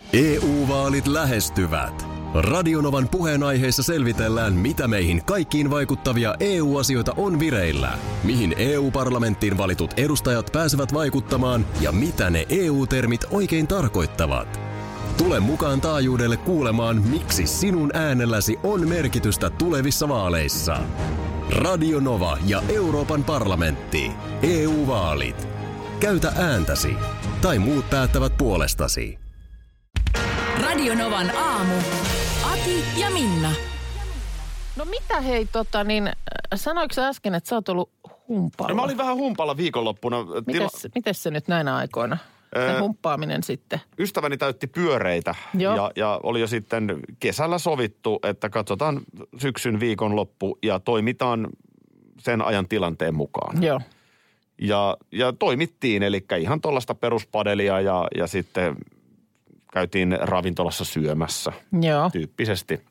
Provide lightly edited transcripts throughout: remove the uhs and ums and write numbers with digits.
EU-vaalit lähestyvät. Radionovan puheenaiheessa selvitellään, mitä meihin kaikkiin vaikuttavia EU-asioita on vireillä, mihin EU-parlamenttiin valitut edustajat pääsevät vaikuttamaan ja mitä ne EU-termit oikein tarkoittavat. Tule mukaan taajuudelle kuulemaan, miksi sinun äänelläsi on merkitystä tulevissa vaaleissa. Radio Nova ja Euroopan parlamentti. EU-vaalit. Käytä ääntäsi. Tai muut päättävät puolestasi. Radio Novan aamu. Ati ja Minna. No mitä hei, sanoiko sä äsken, että sä oot ollut humpalla? No mä olin vähän humpalla viikonloppuna. Mites se nyt näinä aikoina? Se humppaaminen sitten. Ystäväni täytti pyöreitä ja oli jo sitten kesällä sovittu, että katsotaan syksyn viikonloppu ja toimitaan sen ajan tilanteen mukaan. Joo. Ja toimittiin, eli ihan tuollaista peruspadelia ja sitten käytiin ravintolassa syömässä. Joo. Tyyppisesti.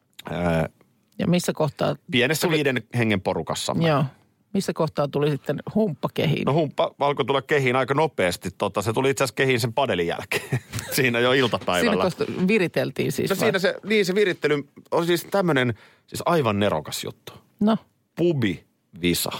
Ja missä kohtaa? Pienessä 5 hengen porukassa. Joo. Missä kohtaa tuli sitten humppa kehiin? No humppa alkoi tulla kehiin aika nopeasti. Se tuli itse asiassa kehiin sen padelin jälkeen. Siinä jo iltapäivällä. Siinä viriteltiin siis. No siinä se virittely on siis tämmöinen siis aivan nerokas juttu. No. Pubivisa.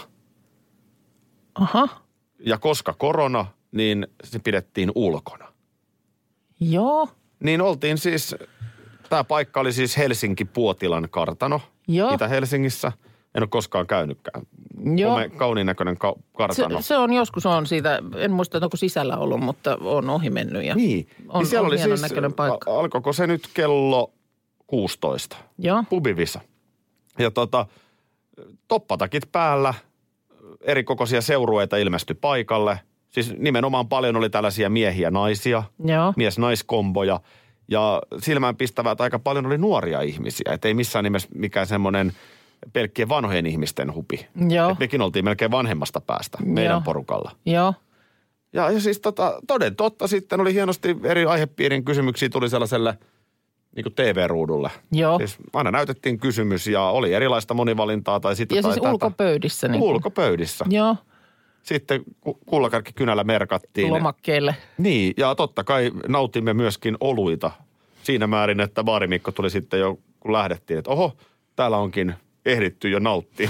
Aha. Ja koska korona, niin se pidettiin ulkona. Joo. Niin oltiin siis, tämä paikka oli siis Helsinki-Puotilan kartano. Joo. Itä-Helsingissä. En ole koskaan käynytkään. Joo. Kauniin näköinen kartano. Se on joskus siitä, en muista, että onko sisällä ollut, mutta on ohi mennyt. Ja niin. On, siellä on oli hienon siis, näköinen paikka. alkoiko se nyt kello 16? Joo. Pubivisa. Ja toppatakit päällä, eri kokoisia seurueita ilmestyi paikalle. Siis nimenomaan paljon oli tällaisia miehiä, naisia, mies-naiskomboja. Ja silmään pistävää, että aika paljon oli nuoria ihmisiä. Että ei missään nimessä mikään semmoinen pelkkien vanhojen ihmisten hupi. Joo. Että mekin oltiin melkein vanhemmasta päästä meidän porukalla. Joo. Ja siis toden totta sitten oli hienosti eri aihepiirin kysymyksiä tuli sellaiselle niin kuin TV-ruudulle. Joo. Siis aina näytettiin kysymys ja oli erilaista monivalintaa tai sitä ja tai siis tätä. ulkopöydissä. Niin ulkopöydissä. Joo. Sitten kullakärkikynällä merkattiin. Lomakkeelle. Niin, ja totta kai nautimme myöskin oluita siinä määrin, että baarimikko tuli sitten jo, kun lähdettiin, että oho, täällä onkin ehditty jo nauttia.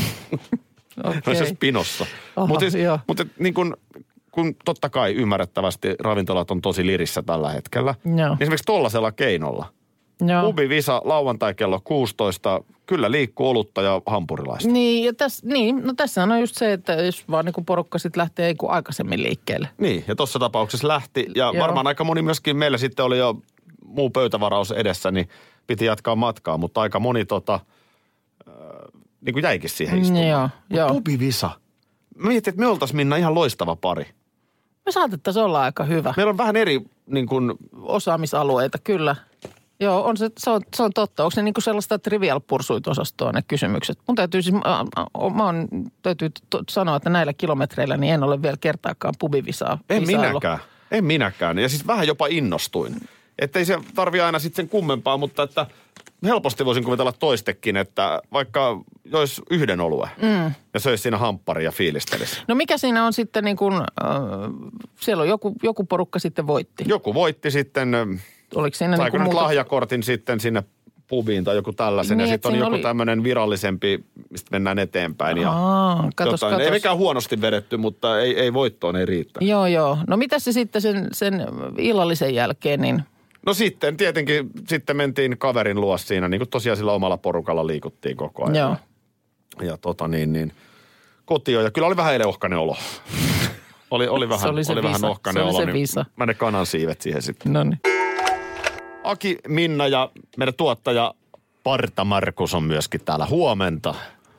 Noissa spinossa. Mutta niin kun totta kai ymmärrettävästi ravintolat on tosi lirissä tällä hetkellä. Joo. Esimerkiksi tollasella keinolla. Pubivisa lauantai kello 16, kyllä liikkuu olutta ja hampurilaista. Niin, ja tässähän on just se, että jos vaan niin porukka sitten lähtee aikaisemmin liikkeelle. Niin, ja tuossa tapauksessa lähti. Ja varmaan aika moni myöskin, meillä sitten oli jo muu pöytävaraus edessä, niin piti jatkaa matkaa. Mutta aika moni niin kuin jäikin siihen istumaan. Joo. Pubivisa. Mä mietin, että me oltaisiin Minna ihan loistava pari. Me saatettaisiin olla aika hyvä. Meillä on vähän eri niin kuin osaamisalueita, kyllä. Joo, se on totta. Onko ne niin kuin sellaista trivial pursuit-osastoa ne kysymykset? Mun täytyy siis, täytyy sanoa, että näillä kilometreillä niin en ole vielä kertaakaan pubivisaa. En minäkään. Ja siis vähän jopa innostuin. Että ei se tarvitse aina sitten sen kummempaa, mutta että helposti voisin kuvitella toistekin, että vaikka jois yhden oluen ja söisi siinä hampparia ja fiilistelisi. No mikä siinä on sitten niin kuin, siellä on joku porukka sitten voitti. Joku voitti sitten. Oliko siinä saiko nyt lahjakortin sitten sinne pubiin tai joku tällaisen. Niin, ja sitten on joku tämmöinen virallisempi, mistä mennään eteenpäin. Katos. Ei mikään huonosti vedetty, mutta ei voittoon, ei riittää. Joo. No mitä se sitten sen illallisen jälkeen, niin no sitten tietenkin sitten kaverin luo siinä, niin kuin tosiaan sillä omalla porukalla liikuttiin koko ajan. Joo. Ja kotiin. Ja kyllä oli vähän eilen ohkainen olo. oli vähän ohkainen olo. Niin mä ne kanan siivet siihen sitten. No niin. Aki, Minna ja meidän tuottaja Parta Markus on myöskin täällä. Huomenta.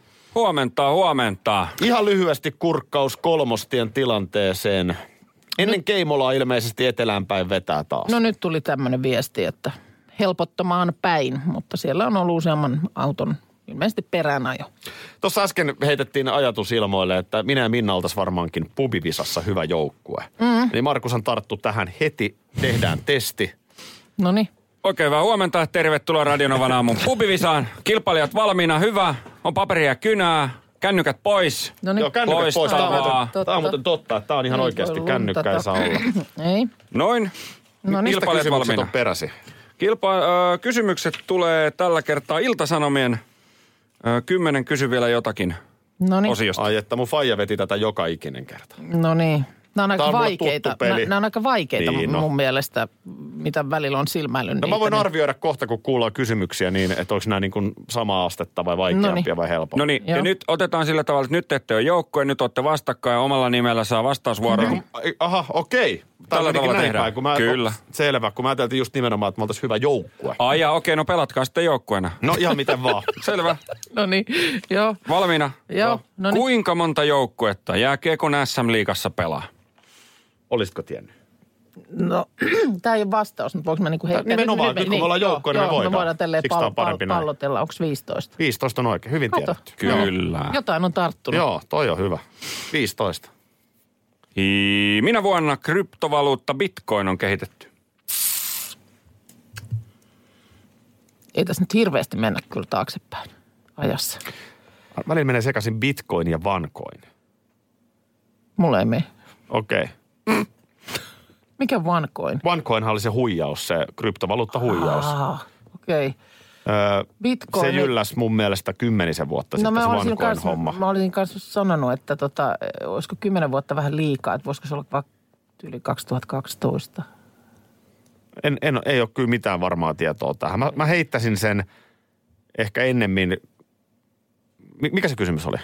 Huomenta. Ihan lyhyesti kurkkaus Kolmostien tilanteeseen. Ennen Keimolaa ilmeisesti eteläänpäin vetää taas. No nyt tuli tämmöinen viesti, että helpottamaan päin, mutta siellä on ollut useamman auton ilmeisesti peräänajo. Tuossa äsken heitettiin ajatus ilmoille, että minä ja Minna oltaisiin varmaankin pubivisassa hyvä joukkue. Eli Markushan tarttu tähän heti, tehdään testi. Noniin. Oikein hyvää huomenta, tervetuloa Radio Novan aamun pubivisaan. Kilpailijat valmiina, hyvä, on paperia ja kynää. Kännykät pois. No niin. Joo, kännykät pois. Tämä on muuten totta, että tämä on ihan oikeasti kännykkä ei saa olla. Ei. Noin. No niin. Mistä kysymykset on peräsi? Kysymykset tulee tällä kertaa Ilta-Sanomien 10 kysy vielä jotakin osiosta. Ai, että mun faija veti tätä joka ikinen kerta. No niin. Nämä on aika vaikeita. Nämä on aika vaikeita mun mielestä, mitä välillä on silmäillyt. No mä voin arvioida kohta, kun kuullaan kysymyksiä niin, että onko nämä niin kuin samaa astetta vai vaikeampia vai helpompia. No niin, ja nyt otetaan sillä tavalla, että nyt ette ole joukkoja, nyt olette vastakkain ja omalla nimellä saa vastausvuoron. Aha, okei. Tällä tavalla tehdään. Kyllä. Selvä, kun mä ajattelin just nimenomaan, että me oltaisiin hyvä joukkue. Ai ja okei, no pelatkaa sitten joukkueena. No ihan miten vaan. Selvä. No niin, joo. Valmiina? Joo. No niin. Kuinka monta joukkuetta jääkiekon SM-liigassa pelaa? Olisitko tiennyt? No, tämä ei ole vastaus, mutta voinko mä niinku heittää? Nimenomaan, nyt kun me ollaan joukkoja, niin me voidaan. Me voidaan tälleen pallotella. Onko 15? 15 on oikein, hyvin tiedetty. Kyllä. Jotain on tarttunut. Joo, toi on hyvä. 15. Minä vuonna kryptovaluutta Bitcoin on kehitetty? Ei tässä nyt hirveästi mennä kyllä taaksepäin ajassa. Välillä menee sekaisin Bitcoin ja OneCoin. Mulle ei mene. Okei. Mikä OneCoin? OneCoinhan oli se huijaus, se kryptovaluutta-huijaus. Okei. Bitcoin. Se jylläsi mun mielestä 10 vuotta sitten se OneCoin-homma. Mä olisin kanssa sanonut, että olisiko 10 vuotta vähän liikaa, että voisiko se olla yli 2012. Ei ole kyllä mitään varmaa tietoa tähän. Mä heittäisin sen ehkä ennemmin. Mikä se kysymys oli?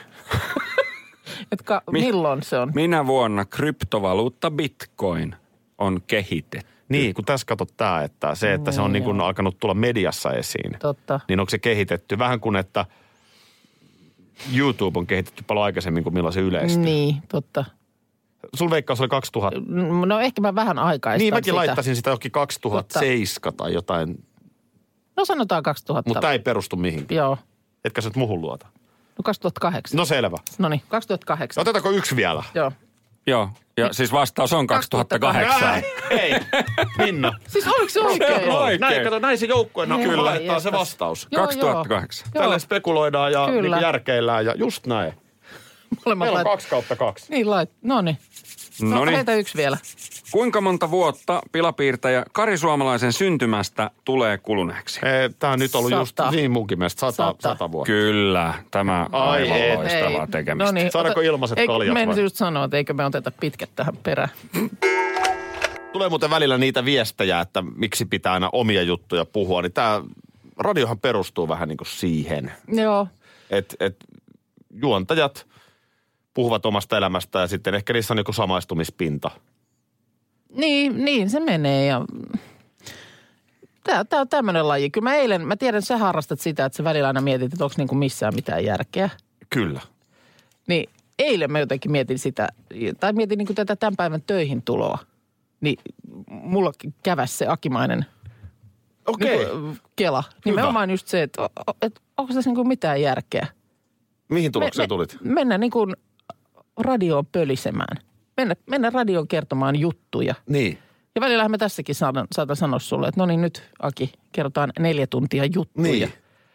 Milloin se on? Minä vuonna kryptovaluutta Bitcoin on kehitetty. Niin, kun tässä katsot tämä, että se, että se on niin kuin alkanut tulla mediassa esiin. Totta. Niin onko se kehitetty? Vähän kuin, että YouTube on kehitetty paljon aikaisemmin kuin milloin se yleistyi. Niin, totta. Sun veikkaus oli 2000. No ehkä mä vähän aikaistan niin, mäkin laittaisin sitä johonkin 2007 tai jotain. No sanotaan 2000. Mutta tämä ei perustu mihinkään. Joo. Etkä sä nyt muhun luota? No 2008. No selvä. No niin, 2008. Otetaanko yksi vielä? Joo, ja siis vastaus on 2008. Ei, Minna. Siis oliko se oikein? Näin se joukkue, kyllä laittaa se vastaus. 2008. Tällä spekuloidaan ja niin järkeillään ja just näin. Meillä on 2/2. Niin no niin. Heitä yksi vielä. Kuinka monta vuotta pilapiirtäjä Kari Suomalaisen syntymästä tulee kuluneeksi? Tämä on nyt ollut 100. Just niin munkin mielestä 100 vuotta. Kyllä, tämä aivan loistavaa tekemistä. No niin, saadaanko ilmaiset kaljat? Mä just sanoa, että eikö me oteta pitkät tähän perään. Tulee muuten välillä niitä viestejä, että miksi pitää aina omia juttuja puhua. Niin tämä radiohan perustuu vähän niin kuin siihen. Joo. Että juontajat puhuvat omasta elämästä ja sitten ehkä niissä on joku samaistumispinta. Niin se menee ja tämä on tämmöinen laji. Kyllä mä tiedän, että sä harrastat sitä, että sä välillä aina mietit, että onko niinku missään mitään järkeä. Kyllä. Niin eilen mä jotenkin mietin sitä, tai mietin niinku tätä tämän päivän töihin tuloa. Niin mulla käväsi se akimainen kela. Nimenomaan just se, että onko tässä niinku mitään järkeä. Mihin tulokseen tulit? Mennä niinku radioon pölisemään. Mennä radioon kertomaan juttuja. Niin. Ja välillähän mä tässäkin saatan sanoa sulle, että no niin nyt Aki, kerrotaan 4 tuntia juttuja.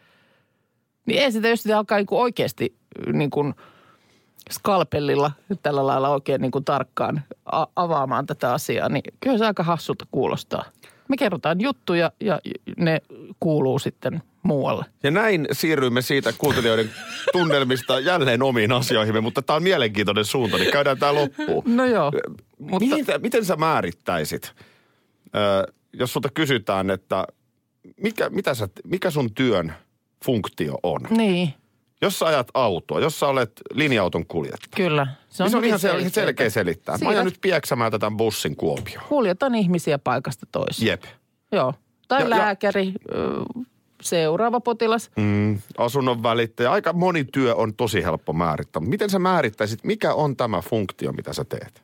Niin ei sitä, jos sitä alkaa niinku oikeasti niinku skalpellilla tällä lailla oikein niinku tarkkaan avaamaan tätä asiaa, niin kyllä se aika hassulta kuulostaa. Me kerrotaan juttuja ja ne kuuluu sitten muualle. Ja näin siirryimme siitä kuuntelijoiden tunnelmista jälleen omiin asioihimme, mutta tämä on mielenkiintoinen suunta, niin käydään tämä loppuun. No joo. Miten sä määrittäisit, jos sulta kysytään, että mikä sun työn funktio on? Niin. Jos sä ajat autoa, jos sä olet linja-auton kuljettaja. Kyllä. Se on ihan selkeä selittää. Mä ajan nyt Pieksämäeltä tämän bussin Kuopioon. Kuljetan ihmisiä paikasta toiseen. Jep. Joo. Tai lääkäri, seuraava potilas. Asunnon välittäjä. Aika moni työ on tosi helppo määrittää. Miten sä määrittäisit, mikä on tämä funktio, mitä sä teet?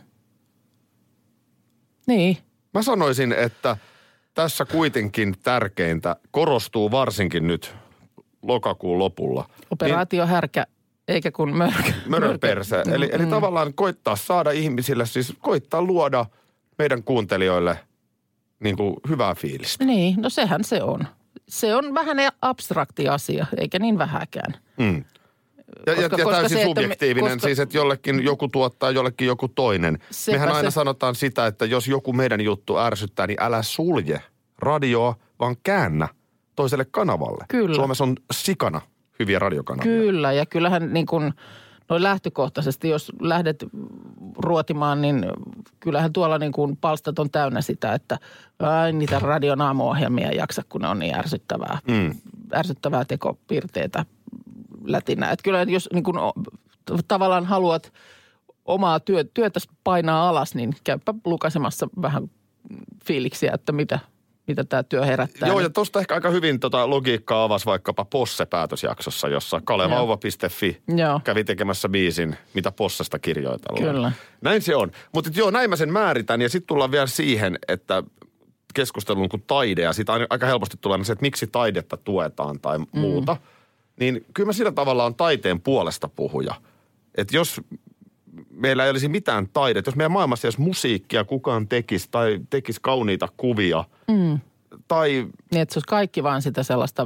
Niin. Mä sanoisin, että tässä kuitenkin tärkeintä korostuu varsinkin nyt lokakuun lopulla. Operaatio härkä, eikä kun mörköperse. Eli tavallaan koittaa saada ihmisille, siis koittaa luoda meidän kuuntelijoille niin kuin hyvää fiilistä. Niin, no sehän se on. Se on vähän abstrakti asia, eikä niin vähäkään. Ja täysin subjektiivinen, siis että jollekin joku tuottaa, jollekin joku toinen. Mehän aina sanotaan sitä, että jos joku meidän juttu ärsyttää, niin älä sulje radioa, vaan käännä toiselle kanavalle. Kyllä. Suomessa on sikana hyviä radiokanavia. Kyllä, ja kyllähän niin kuin noin lähtökohtaisesti, jos lähdet ruotimaan, niin kyllähän tuolla niin kuin palstat on täynnä sitä, että niitä radion aamuohjelmia jaksa, kun ne on niin ärsyttävää tekopiirteitä lätinää. Että kyllä jos niin kuin tavallaan haluat omaa työtä painaa alas, niin käypä lukaisemassa vähän fiiliksiä, että mitä tämä työ herättää. Joo, ja tuosta ehkä aika hyvin logiikkaa avasi vaikkapa Posse-päätösjaksossa, jossa kalevauva.fi kävi tekemässä biisin, mitä Possesta kirjoitellaan. Kyllä. Näin se on. Mutta joo, näin mä sen määritän, ja sitten tullaan vielä siihen, että keskusteluun kuin taide, ja siitä aika helposti tulee se, että miksi taidetta tuetaan tai muuta. Niin kyllä mä sillä tavalla on taiteen puolesta puhuja. Että jos meillä ei olisi mitään taidetta, jos meidän maailmassa ei olisi musiikkia kukaan tekisi tai tekisi kauniita kuvia tai niin, että se olisi kaikki vaan sitä sellaista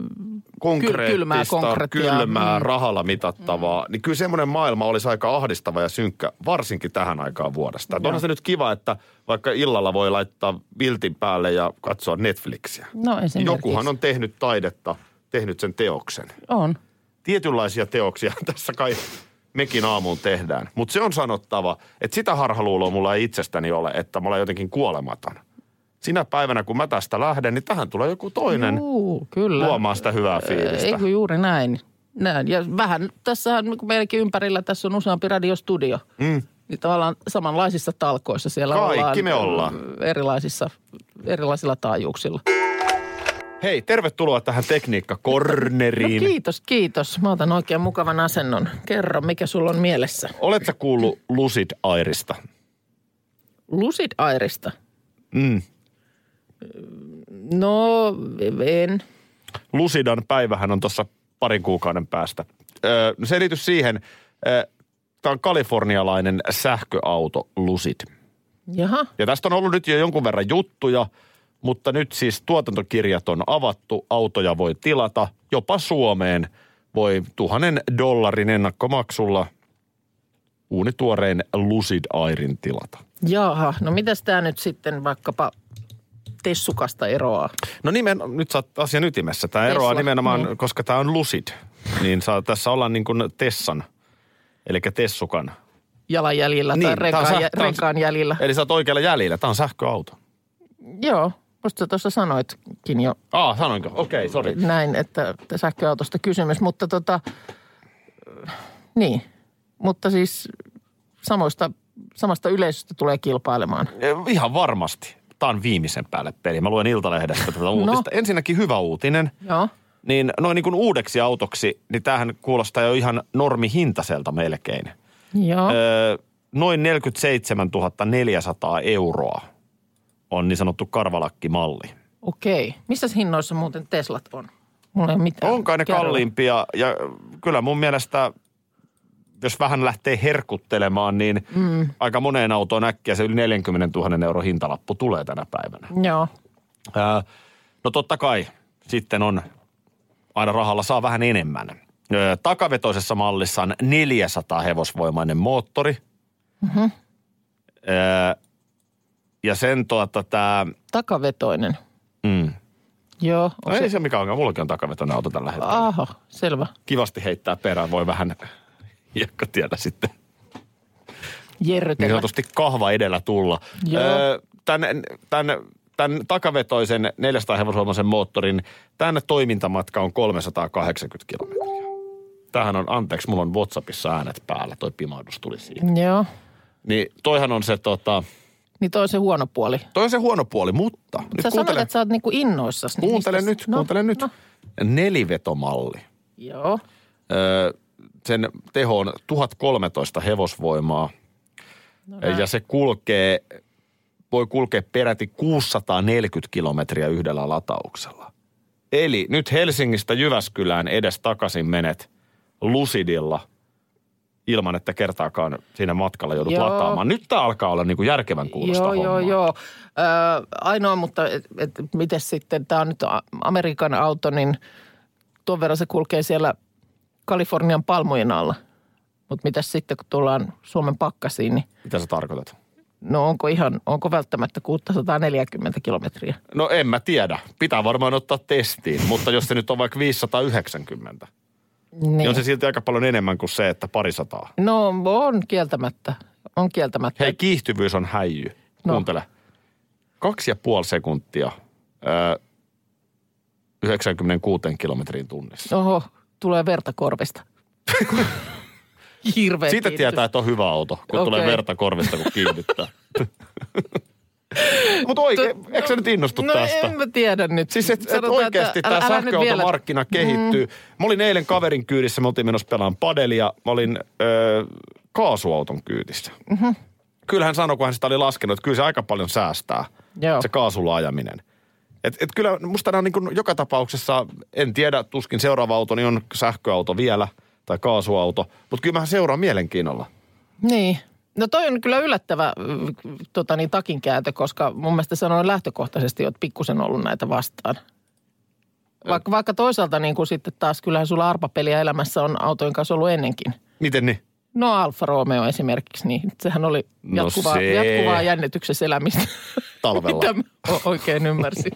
kylmää rahalla mitattavaa, niin kyllä semmoinen maailma olisi aika ahdistava ja synkkä, varsinkin tähän aikaan vuodesta. Onhan se nyt kiva, että vaikka illalla voi laittaa viltin päälle ja katsoa Netflixiä. No esimerkiksi. Jokuhan on tehnyt taidetta, tehnyt sen teoksen. On. Tietynlaisia teoksia tässä kai mekin aamuun tehdään. Mutta se on sanottava, että sitä harhaluuloa mulla ei itsestäni ole, että mä olen jotenkin kuolematon. Sinä päivänä, kun mä tästä lähden, niin tähän tulee joku toinen luomaan sitä hyvää fiilistä. Eikö juuri näin. Ja vähän tässä kun meilläkin ympärillä tässä on useampi radiostudio. Niin tavallaan samanlaisissa talkoissa siellä kaikki me ollaan. Erilaisilla taajuuksilla. Hei, tervetuloa tähän Tekniikka-korneriin. No kiitos. Mä otan oikein mukavan asennon. Kerro, mikä sulla on mielessä? Oletko kuullut Lucid Airista? Lucid Airista? No, en. Lucidan päivähän on tuossa parin kuukauden päästä. Se liittyy siihen, tämä on kalifornialainen sähköauto Lucid. Jaha. Ja tästä on ollut nyt jo jonkun verran juttuja, mutta nyt siis tuotantokirjat on avattu, autoja voi tilata, jopa Suomeen voi $1,000 ennakkomaksulla uunituorein Lucid Airin tilata. Jaha, no mitäs tämä nyt sitten vaikkapa Tessukasta eroaa? No nyt sä oot asian ytimessä. Tämä eroaa nimenomaan, koska tämä on Lucid, niin tässä ollaan niin kuin Tessan, eli Tessukan jalanjäljillä tai renkaan jäljillä. Eli sä oot oikealla jäljellä, tämä on sähköauto. Joo. Musta sä tuossa sanoitkin jo. Sanoinko? Okei, sori. Näin, että sähköautosta kysymys, mutta niin. Mutta siis samasta yleisöstä tulee kilpailemaan. Ihan varmasti. Tämä on viimeisen päälle peli. Mä luen Iltalehdestä tätä uutista. Ensinnäkin hyvä uutinen. Joo. Niin noin niin kuin uudeksi autoksi, niin tämähän kuulostaa jo ihan normihintaiselta melkein. Joo. Noin 47 400 € on niin sanottu karvalakkimalli. Okei. Missä hinnoissa muuten Teslat on? Mulla ei ole mitään. Onkaan ne kalliimpia ja kyllä mun mielestä, jos vähän lähtee herkuttelemaan, niin aika moneen autoon äkkiä se yli 40 000 € hintalappu tulee tänä päivänä. Joo. No totta kai sitten on, aina rahalla saa vähän enemmän. Takavetoisessa mallissa on 400 hevosvoimainen moottori. Ja sen tämä takavetoinen. Joo. No ei se mikä onkaan. Mullakin on takavetoinen auto tällä hetkellä. Aha, selvä. Kivasti heittää perään. Voi vähän hiekkatietä sitten. Jerrytellä. Niin sanotusti kahva edellä tulla. Tämän takavetoisen 400 hevosvoimaisen moottorin, tämän toimintamatka on 380 kilometriä. Tämähän on, anteeksi, mulla on WhatsAppissa äänet päällä. Toi pimahdus tuli siitä. Joo. Niin toihan on se Niin toi on se huono puoli. Toi on se huono puoli, mutta sä sanoit, että sä oot niinku innoissasi. Kuuntele nyt. No. Nelivetomalli. Joo. Sen teho on 1013 hevosvoimaa. Ja se voi kulkea peräti 640 kilometriä yhdellä latauksella. Eli nyt Helsingistä Jyväskylään edes takaisin menet Lucidilla ilman, että kertaakaan siinä matkalla joudut lataamaan. Nyt tämä alkaa olla niin kuin järkevän kuulosta hommaa. Joo. Ainoa, mutta miten sitten, tämä on nyt Amerikan auto, niin tuon verran se kulkee siellä Kalifornian palmujen alla. Mutta mitäs sitten, kun tullaan Suomen pakkasiin, niin... Mitä sä tarkoitat? No onko välttämättä 640 kilometriä? No en mä tiedä. Pitää varmaan ottaa testiin, mutta jos se nyt on vaikka 590, niin on se silti aika paljon enemmän kuin se, että 200. No on kieltämättä. Hei, kiihtyvyys on häijy. Kuuntele. 2,5 sekuntia 96 kilometriin tunnissa. Oho, tulee verta korvista. Hirveä siitä kiitos. tietää, että on hyvä auto, kun tulee verta korvista, kun kiinnittää. Mutta oikein, eikö sä nyt innostu tästä? No en mä tiedä nyt. Siis että oikeasti tämä sähköautomarkkina kehittyy. Mä olin eilen kaverin kyydissä, me oltiin menossa pelaamaan padelia. Mä olin kaasuauton kyydissä. Mm-hmm. Kyllä hän sanoi, kun hän sitä oli laskenut, että kyllä se aika paljon säästää, se kaasulla ajaminen. Et kyllä musta nämä on niin kuin joka tapauksessa, en tiedä, tuskin seuraava auto niin on sähköauto vielä tai kaasuauto, mutta kyllä mä seuraan mielenkiinnolla. Niin. No toi on kyllä yllättävä takinkääntö, koska mun mielestä sanoin lähtökohtaisesti, että pikkusen ollut näitä vastaan. Vaikka toisaalta niin kuin sitten taas kyllähän sulla arpapeliä elämässä on autojen kanssa ollut ennenkin. Miten niin? No Alfa Romeo esimerkiksi, niin sehän oli jatkuvaa jännityksessä elämistä. Talvella. Mitä mä oikein ymmärsin.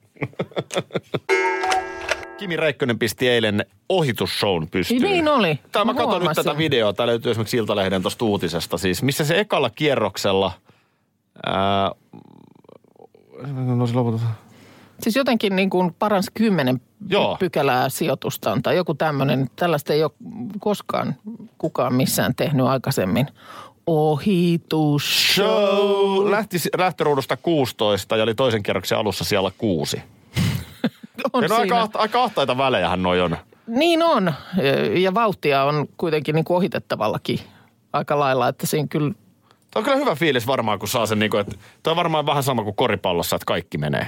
Kimi Räikkönen pisti eilen ohitusshown pystyyn. Niin oli. Mä katson nyt tätä videoa. Tää löytyy esimerkiksi Iltalehden tuosta uutisesta. Siis missä se ekalla kierroksella... Siis jotenkin niin kuin paransi 10 pykälää sijoitustaan tai joku tämmöinen. Tällaista ei ole koskaan kukaan missään tehnyt aikaisemmin. Ohitusshow. Lähti lähtöruudusta 16 ja oli toisen kierroksen alussa siellä 6. Aika ahtaita välejähän noi on. Niin on. Ja vauhtia on kuitenkin niin kuin ohitettavallakin aika lailla, että siinä kyllä... Tämä on kyllä hyvä fiilis varmaan, kun saa sen niin kuin, että tämä on varmaan vähän sama kuin koripallossa, että kaikki menee.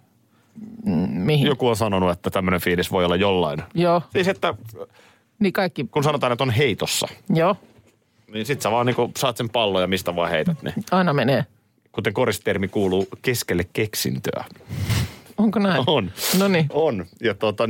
Mihin? Joku on sanonut, että tämmöinen fiilis voi olla jollain. Joo. Siis, että niin kaikki... kun sanotaan, että on heitossa. Joo. Niin sit sä vaan niin kuin saat sen pallon ja mistä vaan heität. Niin. Aina menee. Kuten koristermi kuuluu keskelle keksintöä. Onko näin? On. Noniin. On. Ja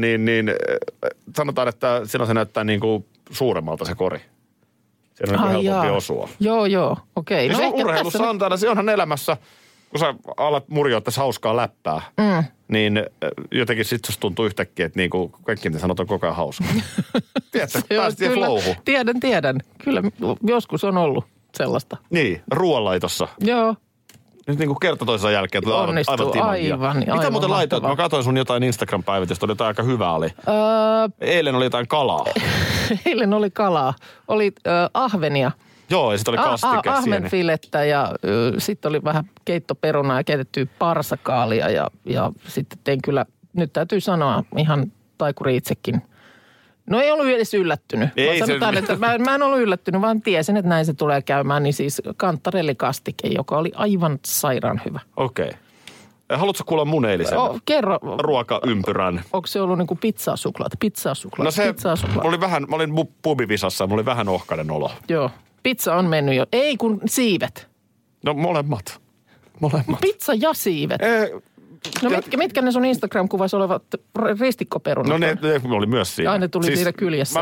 sanotaan, että silloin se näyttää niin kuin suuremmalta se kori. Siinä on helpompi osua. Joo. Okei. No se urheilussa tässä... on täällä, se onhan elämässä, kun sä alat murjoa tässä hauskaa läppää, niin jotenkin sit susta tuntuu yhtäkkiä, että niinku kaikki ne sanot on koko ajan hauskaa. Tiedätkö, päästiin flowhun. Tiedän. Kyllä joskus on ollut sellaista. Niin, ruoanlaitossa. Joo. Nyt niin kuin kerta toisensa jälkeen tulee aivan mitä muuten laitoit? Mä katsoin sun jotain Instagram-päivitystä, oli jotain aika hyvää oli. Eilen oli jotain kalaa. Eilen oli kalaa. Oli ahvenia. Joo, ja sitten oli kastike ahvenfilettä ja sitten oli vähän keittoperunaa ja keitettyä parsakaalia ja sitten tein kyllä, nyt täytyy sanoa ihan taikuri itsekin. No ei ollut edes yllättynyt. Sanotaan, että mä en ollut yllättynyt, vaan tiesin, että näin se tulee käymään. Niin siis kantarellikastike, joka oli aivan sairaan hyvä. Okei. Haluatko kuulla mun eilisen ruokaympyrän? Onko se ollut niinku pizzasuklaata? No se, mä olin pubivisassa, mulla oli vähän ohkainen olo. Joo. Pizza on mennyt jo. Ei kun siivet. No molemmat. Pizza ja siivet. No mitkä ne sun Instagram-kuvassa olevat ristikkoperunat? No ne oli myös siinä. Aina tuli siis siinä kyljessä.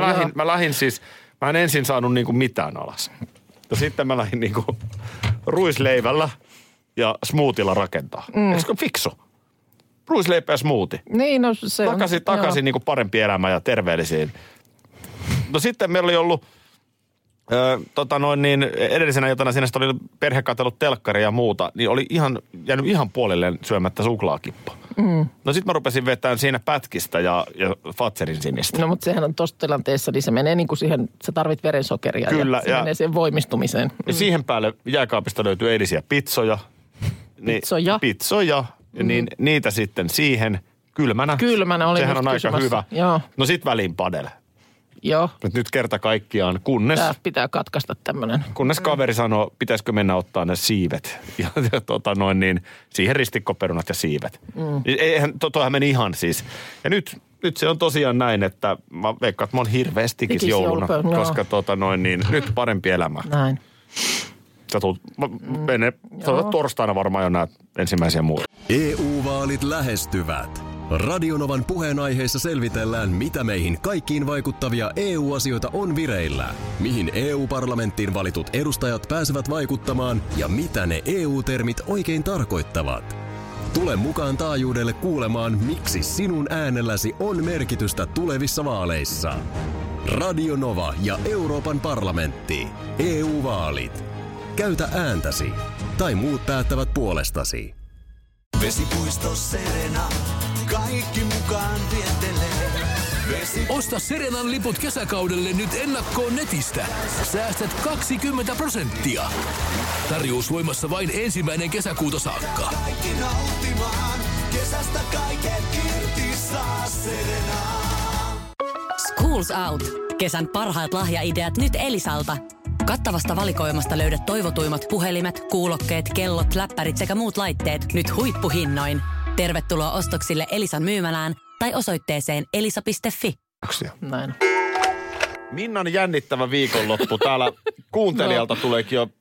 Mä en ensin saanut niinku mitään alas. Ja sitten mä lähdin niinku ruisleivällä ja smoothilla rakentaa. Eikö se fiksu? Ruisleipä ja smoothie. Niin, no se takaisin niinku parempi elämä ja terveellisiin. No sitten meillä oli ollut edellisenä iltana siinä oli perhe katsellut telkkaria ja muuta, niin oli jäänyt ihan puolelleen syömättä suklaakippa. No sit mä rupesin vetämään siinä pätkistä ja Fatserin sinistä. No mutta sehän on tossa tilanteessa, niin se menee niin kuin siihen, sä tarvit verensokeria. Kyllä. Ja se menee siihen voimistumiseen. Ja siihen päälle jääkaapista löytyy eilisiä pizzoja. Pizzoja. Niin niitä sitten siihen kylmänä. Kylmänä oli. Sehän on aika hyvä. Joo. No sit väliin padel. Joo. Nyt kerta kaikkiaan, kunnes... Tää pitää katkaista tämmönen. Kunnes kaveri sanoo, pitäisikö mennä ottaa ne siivet. Ja siihen ristikkoperunat ja siivet. Toihan meni ihan siis. Ja nyt se on tosiaan näin, että mä veikkaan, että mä oon hirveästikin jouluna. Koska nyt parempi elämä. Näin. Sä tulet, torstaina varmaan jo näet ensimmäisiä muuta. EU-vaalit lähestyvät. Radionovan puheenaiheessa selvitellään, mitä meihin kaikkiin vaikuttavia EU-asioita on vireillä, mihin EU-parlamenttiin valitut edustajat pääsevät vaikuttamaan ja mitä ne EU-termit oikein tarkoittavat. Tule mukaan taajuudelle kuulemaan, miksi sinun äänelläsi on merkitystä tulevissa vaaleissa. Radio Nova ja Euroopan parlamentti. EU-vaalit. Käytä ääntäsi. Tai muut päättävät puolestasi. Vesipuisto Serena. Kaikki mukaan vientelee. Osta Serenan liput kesäkaudelle nyt ennakkoon netistä. Säästät 20%. Tarjous voimassa vain 1. kesäkuuta saakka. Kaikki nauttimaan. Kesästä kaiken irti saa Serena. Schools Out. Kesän parhaat lahjaideat nyt Elisalta. Kattavasta valikoimasta löydät toivotuimmat puhelimet, kuulokkeet, kellot, läppärit sekä muut laitteet nyt huippuhinnoin. Tervetuloa ostoksille Elisan myymälään tai osoitteeseen elisa.fi. Näin. Minnan jännittävä viikonloppu. Täällä kuuntelijalta tuleekin jo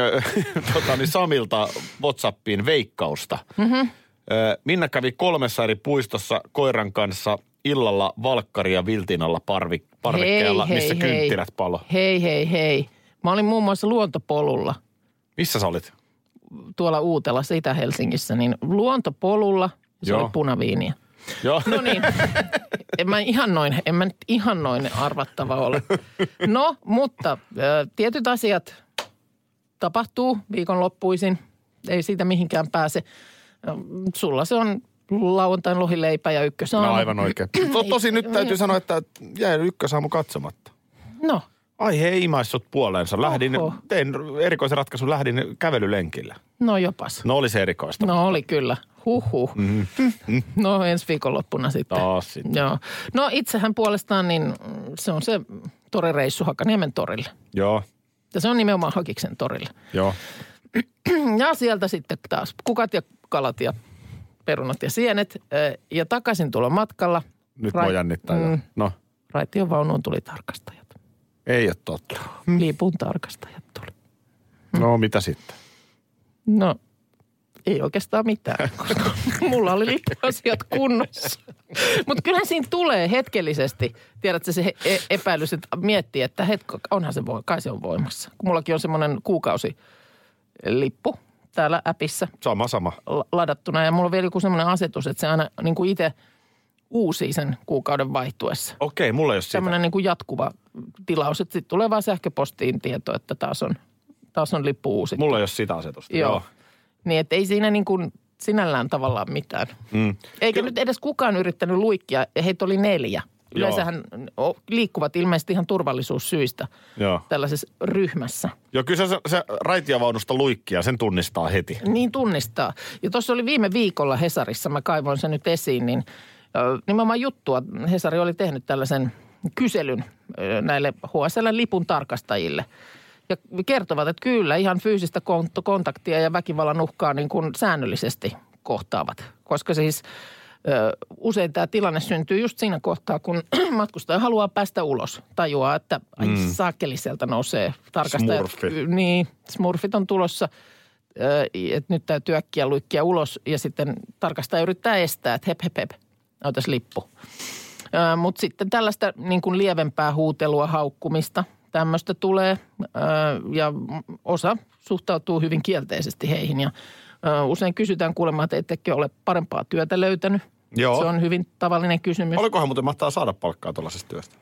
Samilta WhatsAppiin veikkausta. Mm-hmm. Minna kävi 3 eri puistossa koiran kanssa illalla valkkari ja viltin alla parvekkeella, missä kynttilät palo. Hei. Mä olin muun muassa luontopolulla. Missä sä olit? Tuolla Uutelassa, Itä-Helsingissä, niin luontopolulla se oli punaviiniä. Joo. No niin, en mä nyt ihan noin arvattava ole. No, mutta tietyt asiat tapahtuu viikonloppuisin. Ei siitä mihinkään pääse. Sulla se on lauantain lohileipä ja ykkösaamu. No aivan oikein. Tosi nyt täytyy sanoa, että jäi ykkösaamu katsomatta. No. Ai he imaissut puoleensa. Tein erikoisen ratkaisun, lähdin kävelylenkillä. No jopas. No oli se erikoista. No oli kyllä. Huhhuh. Mm-hmm. No ensi viikonloppuna sitten. Taas sitten. Joo. No itsehän puolestaan niin se on se torireissu Hakaniemen torille. Joo. Ja se on nimenomaan Hakiksen torille. Joo. Ja sieltä sitten taas kukat ja kalat ja perunat ja sienet. Ja takaisin tulla matkalla. Nyt voi jännittää jo. No. Raitiovaunuun tuli tarkastajat. Ei ole totta. Lipun tarkastajat tuli. No mitä sitten? No ei oikeastaan mitään, koska mulla oli lippuasiat kunnossa. Mutta kyllähän siinä tulee hetkellisesti, tiedätkö se epäilys, että miettii, että onhan se kai se on voimassa. Kun mullakin on semmoinen kuukausilippu täällä appissa. Sama. Ladattuna ja mulla on vielä joku semmoinen asetus, että se aina niin kuin itse uusii sen kuukauden vaihtuessa. Okei, mulla ei ole sitä. Semmoinen niin kuin jatkuva tilaus, että sitten tulee vaan sähköpostiin tieto, että taas on lippu uusittu. Mulla ei ole sitä asetusta. Joo. Niin, että ei siinä niin kuin sinällään tavallaan mitään. Eikä nyt edes kukaan yrittänyt luikkia, ja heitä oli 4. Yleensähän liikkuvat ilmeisesti ihan turvallisuussyistä tällaisessa ryhmässä. Joo, kyllä se raitiovaunusta luikkia, sen tunnistaa heti. Niin tunnistaa. Ja tuossa oli viime viikolla Hesarissa, mä kaivoin sen nyt esiin, niin nimenomaan juttua. Hesari oli tehnyt tällaisen kyselyn näille HSL-lipun tarkastajille. Ja kertovat, että kyllä ihan fyysistä kontaktia ja väkivallan uhkaa niin kuin säännöllisesti kohtaavat. Koska siis usein tämä tilanne syntyy just siinä kohtaa, kun matkustaja haluaa päästä ulos. Tajuaa, että saakeli sieltä nousee tarkastajat. Smurfi. Niin, smurfit on tulossa, että nyt täytyy äkkiä luikkia ulos. Ja sitten tarkastaja yrittää estää, että hep, otas lippu. Mutta sitten tällaista niin kuin lievempää huutelua, haukkumista. Tämmöistä tulee ja osa suhtautuu hyvin kielteisesti heihin ja usein kysytään kuulemma, että ettekö ole parempaa työtä löytänyt. Joo. Se on hyvin tavallinen kysymys. Olikohan muuten mahtaa saada palkkaa tuollaisesta työstä?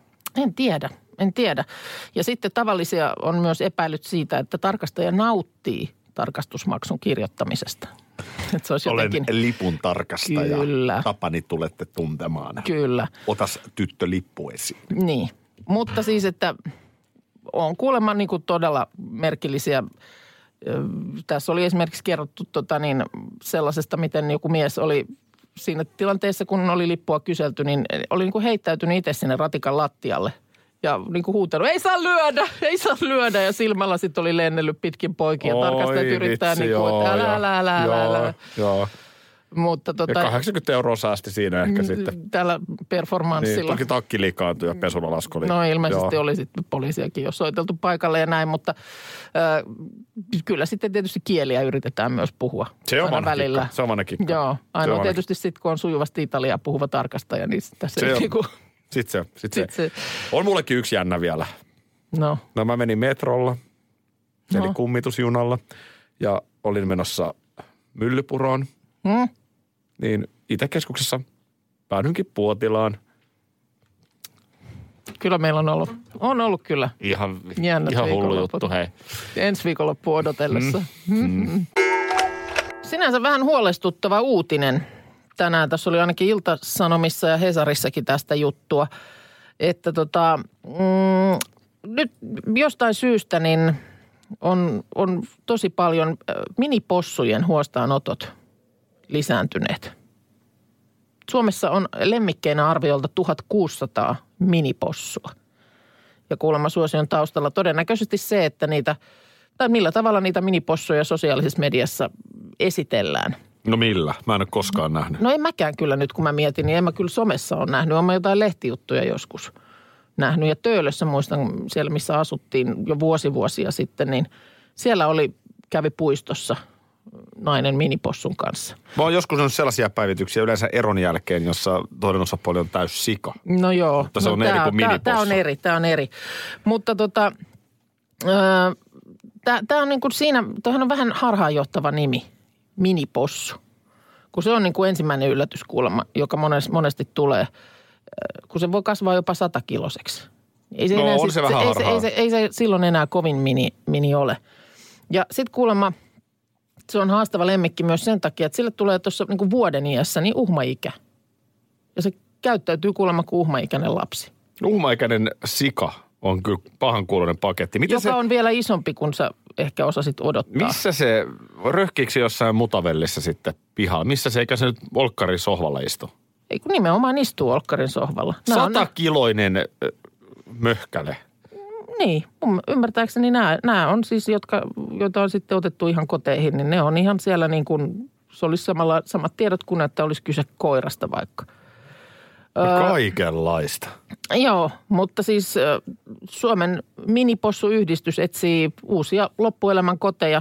En tiedä. Ja sitten tavallisia on myös epäilyt siitä, että tarkastaja nauttii tarkastusmaksun kirjoittamisesta. Että se olisi olen lipun tarkastaja. Kyllä. Tapani tulette tuntemaan. Kyllä. Otas tyttö lippu esiin. Niin, mutta siis, että on kuulemma niin kuin todella merkillisiä. Tässä oli esimerkiksi kerrottu sellaisesta, miten joku mies oli siinä tilanteessa, kun oli lippua kyselty, niin oli niin kuin heittäytynyt itse sinne ratikan lattialle. Ja niin kuin huutanut, ei saa lyödä. Ja silmälasit oli lennellyt pitkin poikia. Tarkastajat yrittää niin kuin, että älä. Joo. Mutta ja 80 € säästi siinä ehkä sitten. Tällä performanssilla. Niin, toki takki liikaantui ja pesulalasko oli. No ilmeisesti oli sitten poliisiakin jo soiteltu paikalle ja näin, mutta kyllä sitten tietysti kieliä yritetään myös puhua. Se on välillä. Se on vanha kikka. Joo, ainoa tietysti sitten kun on sujuvasti italiaa puhuva tarkastaja, niin tässä se niinku... Sitten se. On mullekin yksi jännä vielä. No mä menin metrolla, eli kummitusjunalla ja olin menossa Myllypuroon. Niin Itäkeskuksessa päädyinkin Puotilaan. Kyllä meillä on ollut kyllä ihan hullu juttu, hei. Ensi viikonloppu odotellessa. Sinänsä vähän huolestuttava uutinen tänään. Tässä oli ainakin Ilta-Sanomissa ja Hesarissakin tästä juttua, että nyt jostain syystä niin on tosi paljon minipossujen huostaanotot lisääntyneet. Suomessa on lemmikkeinä arviolta 1600 minipossua. Ja kuulemma suosion taustalla todennäköisesti se, että millä tavalla niitä minipossuja sosiaalisessa mediassa esitellään. No millä? Mä en ole koskaan nähnyt. No en mäkään kyllä nyt, kun mä mietin, niin en mä kyllä somessa ole nähnyt. Olen mä jotain lehtijuttuja joskus nähnyt. Ja Töölössä muistan siellä, missä asuttiin jo vuosia sitten, niin siellä kävi puistossa nainen minipossun kanssa. Mä oon joskus on sellaisia päivityksiä yleensä eron jälkeen, jossa toinen osapuoli on täys sika. No joo. Mutta se on eri kuin minipossu. Tämä on eri. Mutta tämä on niin kuin siinä, toihan on vähän harhaanjohtava nimi, minipossu. Kun se on niin kuin ensimmäinen yllätyskuulemma, joka monesti tulee, kun se voi kasvaa jopa 100-kiloseksi. Se vähän harhaa. Ei se silloin enää kovin mini ole. Ja sitten kuulemma se on haastava lemmikki myös sen takia, että sille tulee tuossa niin kuin vuoden iässä niin uhmaikä. Ja se käyttäytyy kuulemma kuin uhmaikäinen lapsi. Uhmaikäinen sika on kyllä pahankuuloinen paketti. Joka on vielä isompi kuin sä ehkä osasit odottaa. Missä se, röhkiiksi jossain mutavellissa sitten pihaa? Missä se, eikä se nyt olkkarin sohvalla istu? Ei kun nimenomaan istuu olkkarin sohvalla. 100-kiloinen möhkäle. Niin, ymmärtääkseni nämä on siis, joita on sitten otettu ihan koteihin, niin ne on ihan siellä niin kuin, se olisi samat tiedot kuin, että olisi kyse koirasta vaikka. Kaikenlaista. Joo, mutta siis Suomen minipossuyhdistys etsii uusia loppuelämän koteja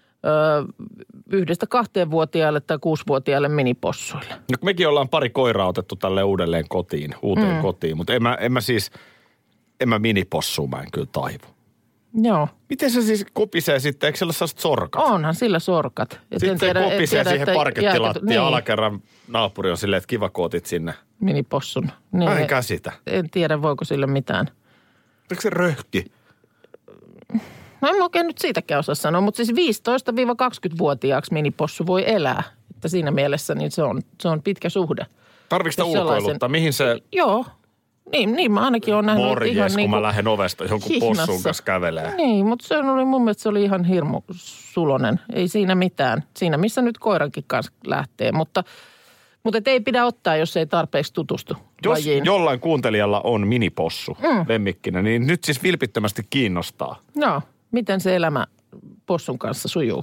1-2-vuotiaille tai 6-vuotiaille minipossuille. No mekin ollaan pari koiraa otettu tälle uudelleen uuteen kotiin, mutta en mä minipossuun mä en kyllä taivu. Joo. Miten se siis kopisee sitten? Eikö sillä sellaiset sorkat? Onhan sillä sorkat. Sitten se kopisee siihen parkettilattiin alakerran naapuri on silleen, että kiva kun otit sinne. Minipossun. Niin, mä en käsitä. En tiedä, voiko sille mitään. Eikö se röhki? No en mä oikein nyt siitäkään osaa sanoa, mutta siis 15-20-vuotiaaksi minipossu voi elää. Että siinä mielessä niin se on pitkä suhde. Tarviiko sitä ulkoiluttaa? Mihin se... Joo. Niin mä ainakin olen nähnyt morjes, ihan kun mä lähden ovesta jonkun possun kanssa kävelee. Niin, mutta mun mielestä se oli ihan hirmu sulonen. Ei siinä mitään. Siinä missä nyt koirankin kanssa lähtee, mutta ei pidä ottaa, jos ei tarpeeksi tutustu lajiin. Jos jollain kuuntelijalla on minipossu lemmikkinä, niin nyt siis vilpittömästi kiinnostaa. No, miten se elämä possun kanssa sujuu?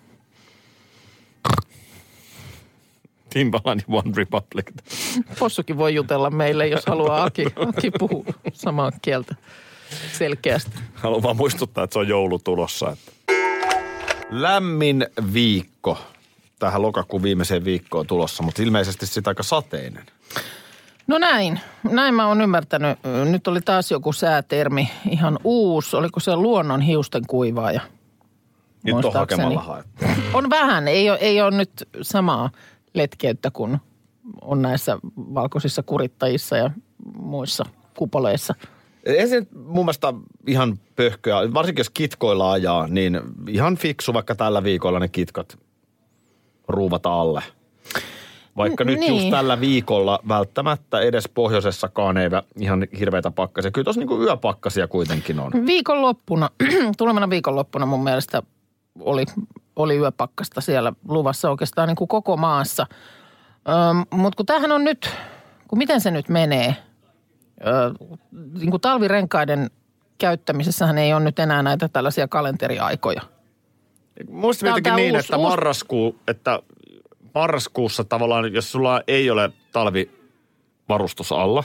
Timbaland One Republic. Possukin voi jutella meille, jos haluaa. Aki puhuu samaa kieltä selkeästi. Haluan vaan muistuttaa, että se on joulu tulossa. Lämmin viikko. Tähän lokakuun viimeiseen viikkoon tulossa, mutta ilmeisesti sitä aika sateinen. No näin mä oon ymmärtänyt. Nyt oli taas joku säätermi, ihan uusi. Oliko se luonnon hiusten kuivaaja? Nyt on hakemalla haettu. On vähän, ei ole nyt samaa letkeyttä kuin on näissä valkoisissa kurittajissa ja muissa kupoleissa. Ei se mun mielestä ihan pöhköä, varsinkin jos kitkoilla ajaa, niin ihan fiksu vaikka tällä viikolla ne kitkat ruuvata alle. Vaikka nyt just tällä viikolla välttämättä edes pohjoisessakaan ei ihan hirveitä pakkasia. Kyllä tuossa niin yöpakkasia kuitenkin on. Tulevana viikonloppuna mun mielestä oli yöpakkasta siellä luvassa oikeastaan niin kuin koko maassa. Mutta kun tämähän on nyt, miten se nyt menee? Niin kuin talvirenkaiden käyttämisessähän ei ole nyt enää näitä tällaisia kalenteriaikoja. Muista jotenkin niin, että marraskuu, että marraskuussa tavallaan, jos sulla ei ole talvivarustus alla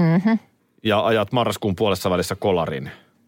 ja ajat marraskuun puolessa välissä kolarin,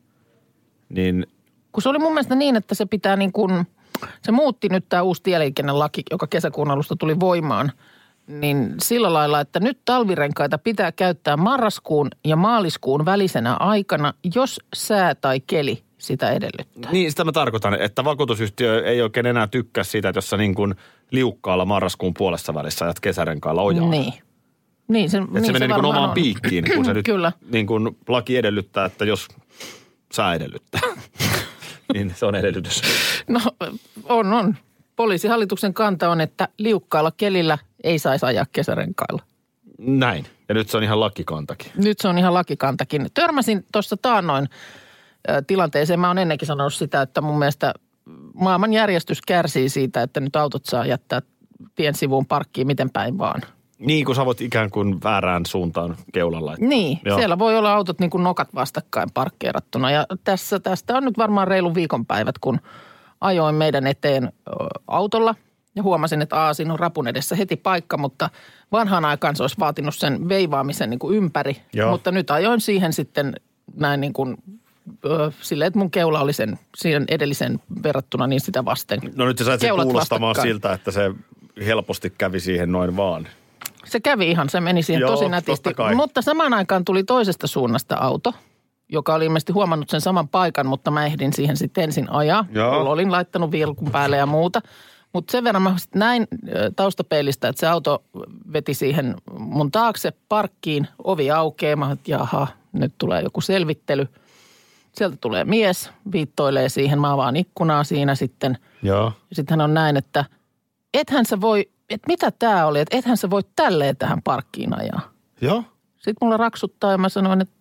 niin... Kun se oli mun mielestä niin, että se pitää niin kuin, se muutti nyt tämä uusi tieliikennelaki, joka kesäkuun alusta tuli voimaan, niin sillä lailla, että nyt talvirenkaita pitää käyttää marraskuun ja maaliskuun välisenä aikana, jos sää tai keli sitä edellyttää. Niin, sitä mä tarkoitan, että vakuutusyhtiö ei oikein enää tykkää siitä, että jos sä niin kuin liukkaalla marraskuun puolessa välissä ajat kesärenkailla ojaa. Niin. Niin se, että se menee niin kuin omaan piikkiin, kun se nyt Kyllä. niin kuin laki edellyttää, että jos sää edellyttää, niin se on edellytys. No on. Poliisihallituksen kanta on, että liukkaalla kelillä ei saisi ajaa kesärenkailla. Näin. Ja nyt se on ihan lakikantakin. Nyt se on ihan lakikantakin. Törmäsin tuossa taannoin tilanteeseen. Mä oon ennenkin sanonut sitä, että mun mielestä maailman järjestys kärsii siitä, että nyt autot saa jättää tien sivuun parkkiin miten päin vaan. Niin, kun sä voit ikään kuin väärään suuntaan keulalla laittaa. Niin, joo. Siellä voi olla autot niin kuin nokat vastakkain parkkeerattuna. Ja tästä on nyt varmaan reilun viikonpäivät, kun ajoin meidän eteen autolla ja huomasin, että siinä on rapun edessä heti paikka, mutta vanhaan aikaan se olisi vaatinut sen veivaamisen niin kuin ympäri. Joo. Mutta nyt ajoin siihen sitten näin niin kuin silleen, että mun keula oli siihen edellisen verrattuna niin sitä vasten. No nyt sä sait sen kuulostamaan siltä, että se helposti kävi siihen noin vaan. Se kävi ihan, se meni siihen tosi nätisti. Mutta samaan aikaan tuli toisesta suunnasta auto, joka oli ilmeisesti huomannut sen saman paikan, mutta mä ehdin siihen sitten ensin ajaa. Mulla olin laittanut vilkun päälle ja muuta. Mutta sen verran mä näin taustapeilistä, että se auto veti siihen mun taakse parkkiin, ovi aukeaa. Mä että jaha, nyt tulee joku selvittely. Sieltä tulee mies, viittoilee siihen, mä avaan ikkunaa siinä sitten. Joo. Ja sitten hän on näin, että ethän sä voi, että mitä tää oli, että ethän sä voi tälleen tähän parkkiin ajaa. Joo. Sitten mulla raksuttaa ja mä sanoin, että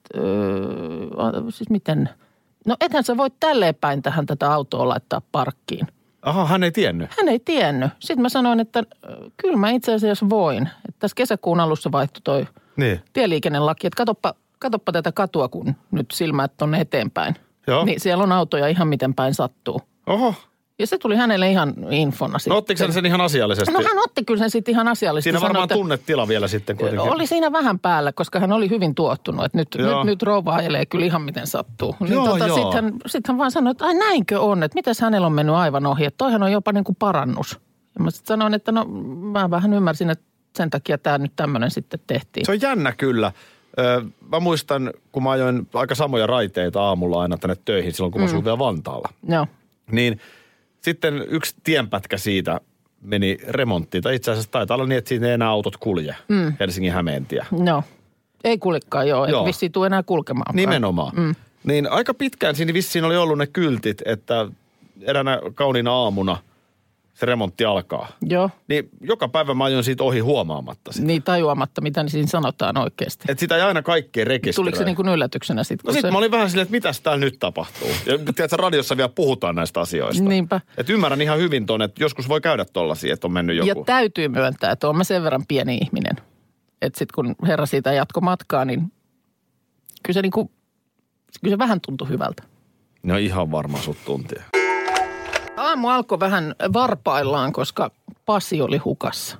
siis miten, no ethän sä voi tälleen päin tähän tätä autoa laittaa parkkiin. Aha, hän ei tiennyt. Hän ei tiennyt. Sitten mä sanoin, että kyllä mä itse asiassa voin. Että tässä kesäkuun alussa vaihtui toi tieliikennelaki, että katoppa tätä katua, kun nyt silmät tonne eteenpäin. Joo. Niin siellä on autoja ihan miten päin sattuu. Oho. Ja se tuli hänelle ihan infona sitten. No ottiko hän sen ihan asiallisesti? No hän otti kyllä sen sitten ihan asiallisesti. Siinä varmaan tunnetila vielä sitten kuitenkin. Oli siinä vähän päällä, koska hän oli hyvin tuottunut, että nyt rouva ajelee kyllä ihan miten sattuu. Niin sitten hän vaan sanoi, että ai näinkö on, että mitäs hänellä on mennyt aivan ohi, että toihan on jopa niin kuin parannus. Ja mä sitten sanoin, että no mä vähän ymmärsin, että sen takia tämä nyt tämmöinen sitten tehtiin. Se on jännä kyllä. Mä muistan, kun mä ajoin aika samoja raiteita aamulla aina tänne töihin silloin, kun mä asuin vielä Vantaalla. Joo. Niin sitten yksi tienpätkä siitä meni remonttiin. Tai itse asiassa taitaa olla niin, että siinä ei enää autot kulje. Helsingin Hämeentie. No, ei kuljekaan joo. Eikä vissiin tule enää kulkemaan. Nimenomaan. Niin aika pitkään siinä vissiin oli ollut ne kyltit, että eräänä kauniina aamuna se remontti alkaa. Joo. Niin joka päivä mä ajoin siitä ohi huomaamatta sitä. Niin tajuamatta, mitä siinä sanotaan oikeasti. Että sitä ei aina kaikkea rekisteröi. Tuliko se niin kuin yllätyksenä sitten? No sitten mä olin vähän silleen, että mitäs täällä nyt tapahtuu. Ja tiedätkö, radiossa vielä puhutaan näistä asioista. Niinpä. Että ymmärrän ihan hyvin ton, että joskus voi käydä tollaisia, että on mennyt joku. Ja täytyy myöntää, että olen mä sen verran pieni ihminen. Että sitten kun herra siitä jatko matkaa, niin kyllä se vähän tuntui hyvältä. No ihan varmaan sut tuntia. Aamu alkoi vähän varpaillaan, koska Pasi oli hukassa.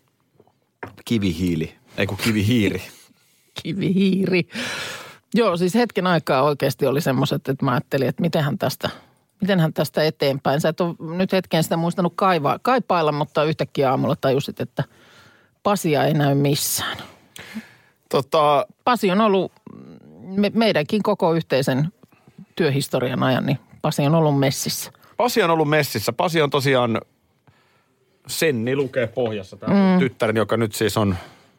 Kivihiili. Ei kun kivihiiri. Kivihiiri. Joo, siis hetken aikaa oikeasti oli semmoiset, että mä ajattelin, että mitenhän tästä eteenpäin. Sä et ole nyt hetken sitä muistanut kaipailla, mutta yhtäkkiä aamulla tajusit, että Pasia ei näy missään. Pasi on ollut meidänkin koko yhteisen työhistorian ajan, niin Pasi on ollut messissä. Pasi on ollut messissä. Pasi on tosiaan, Senni lukee pohjassa. Tämä tyttären, joka nyt siis on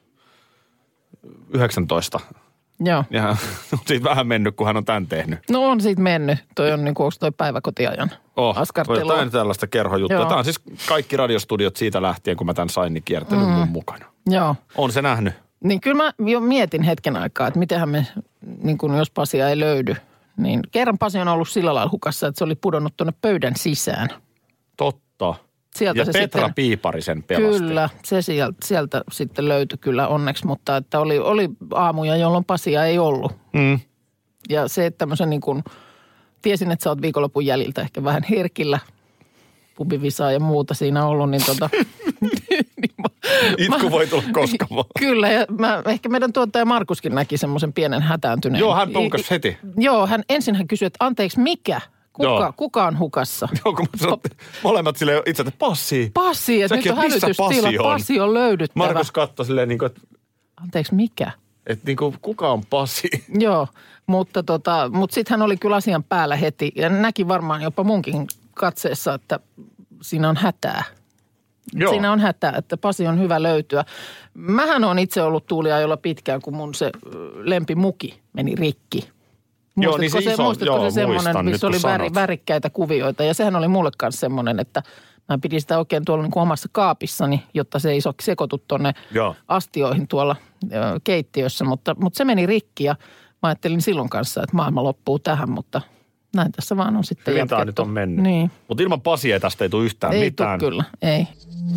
19. Joo. Ja on siitä vähän mennyt, kun hän on tämän tehnyt. No on siitä mennyt. Toi on niin kuin, onko toi päiväkotiajan askartelua? Toi on tällaista kerhojuttua. Joo. Tämä on siis kaikki radiostudiot siitä lähtien, kun mä tämän sain, niin kiertänyt mun mukana. Joo. On se nähnyt. Niin kyllä mä jo mietin hetken aikaa, että mitenhän me, niin kuin jos Pasia ei löydy. Niin kerran Pasi on ollut sillä lailla hukassa, että se oli pudonnut tuonne pöydän sisään. Totta. Sieltä ja se Petra sitten, Piiparisen pelasti. Kyllä, se sieltä sitten löytyi kyllä onneksi, mutta että oli aamuja, jolloin Pasia ei ollut. Ja se, että tämmöisen niin kuin, tiesin, että sä oot viikonlopun jäljiltä ehkä vähän herkillä, pubivisaa ja muuta siinä ollut, niin Itku voi tulla koska vaan. Kyllä, ja ehkä meidän tuottaja Markuskin näki semmoisen pienen hätääntyneen. Joo, hän punkas heti. Joo, ensin hän kysyi, että anteeksi, mikä? Kuka on hukassa? Joo, kun molemmat silleen itse, että Pasi. Pasi, että nyt on hälytystila. Pasi on löydyttävä. Markus katsoi silleen niin kuin, että anteeksi, mikä? Että niin kuin, kuka on Pasi? Joo, mutta sitten hän oli kyllä asian päällä heti. Ja näki varmaan jopa munkin katseessa, että siinä on hätää. Joo. Siinä on hätää, että Pasi on hyvä löytyä. Mähän on itse ollut tuuliajolla pitkään, kun mun se lempimuki meni rikki. Joo, niin se iso, muistatko se semmoinen, missä oli sanot. värikkäitä kuvioita. Ja sehän oli mulle kanssa semmoinen, että mä pidin sitä oikein tuolla niin kuin omassa kaapissani, jotta se ei sekoitu tuonne astioihin tuolla keittiössä. Mutta se meni rikki ja mä ajattelin silloin kanssa, että maailma loppuu tähän, mutta näin tässä vaan on sitten hyvin jatkettu. tämä nyt on mennyt. Niin. Mutta ilman Pasia tästä ei tule yhtään mitään. Ei tule kyllä, ei.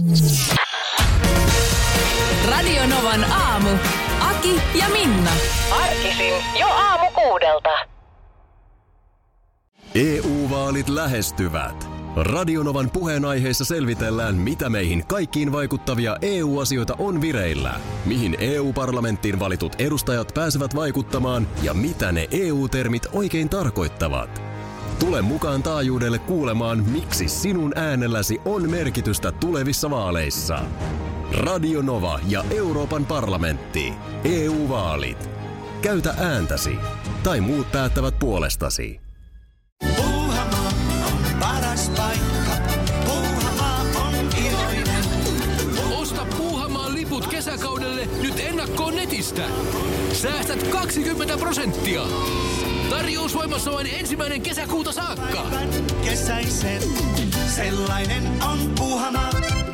Radio Novan aamu. Aki ja Minna. Arkisin jo aamu 6:00. EU-vaalit lähestyvät. Radionovan puheenaiheessa selvitellään, mitä meihin kaikkiin vaikuttavia EU-asioita on vireillä, mihin EU-parlamenttiin valitut edustajat pääsevät vaikuttamaan ja mitä ne EU-termit oikein tarkoittavat. Tule mukaan taajuudelle kuulemaan, miksi sinun äänelläsi on merkitystä tulevissa vaaleissa. Radio Nova ja Euroopan parlamentti. EU-vaalit. Käytä ääntäsi. Tai muut päättävät puolestasi. Puuhamaa on paras paikka. Puuhamaa on iloinen. Osta Puuhamaan liput kesäkaudelle nyt ennakkoon netistä. Säästät 20%. Tarjous voimassa vain 1. kesäkuuta saakka. Kesäisen, sellainen on Puuhamaa.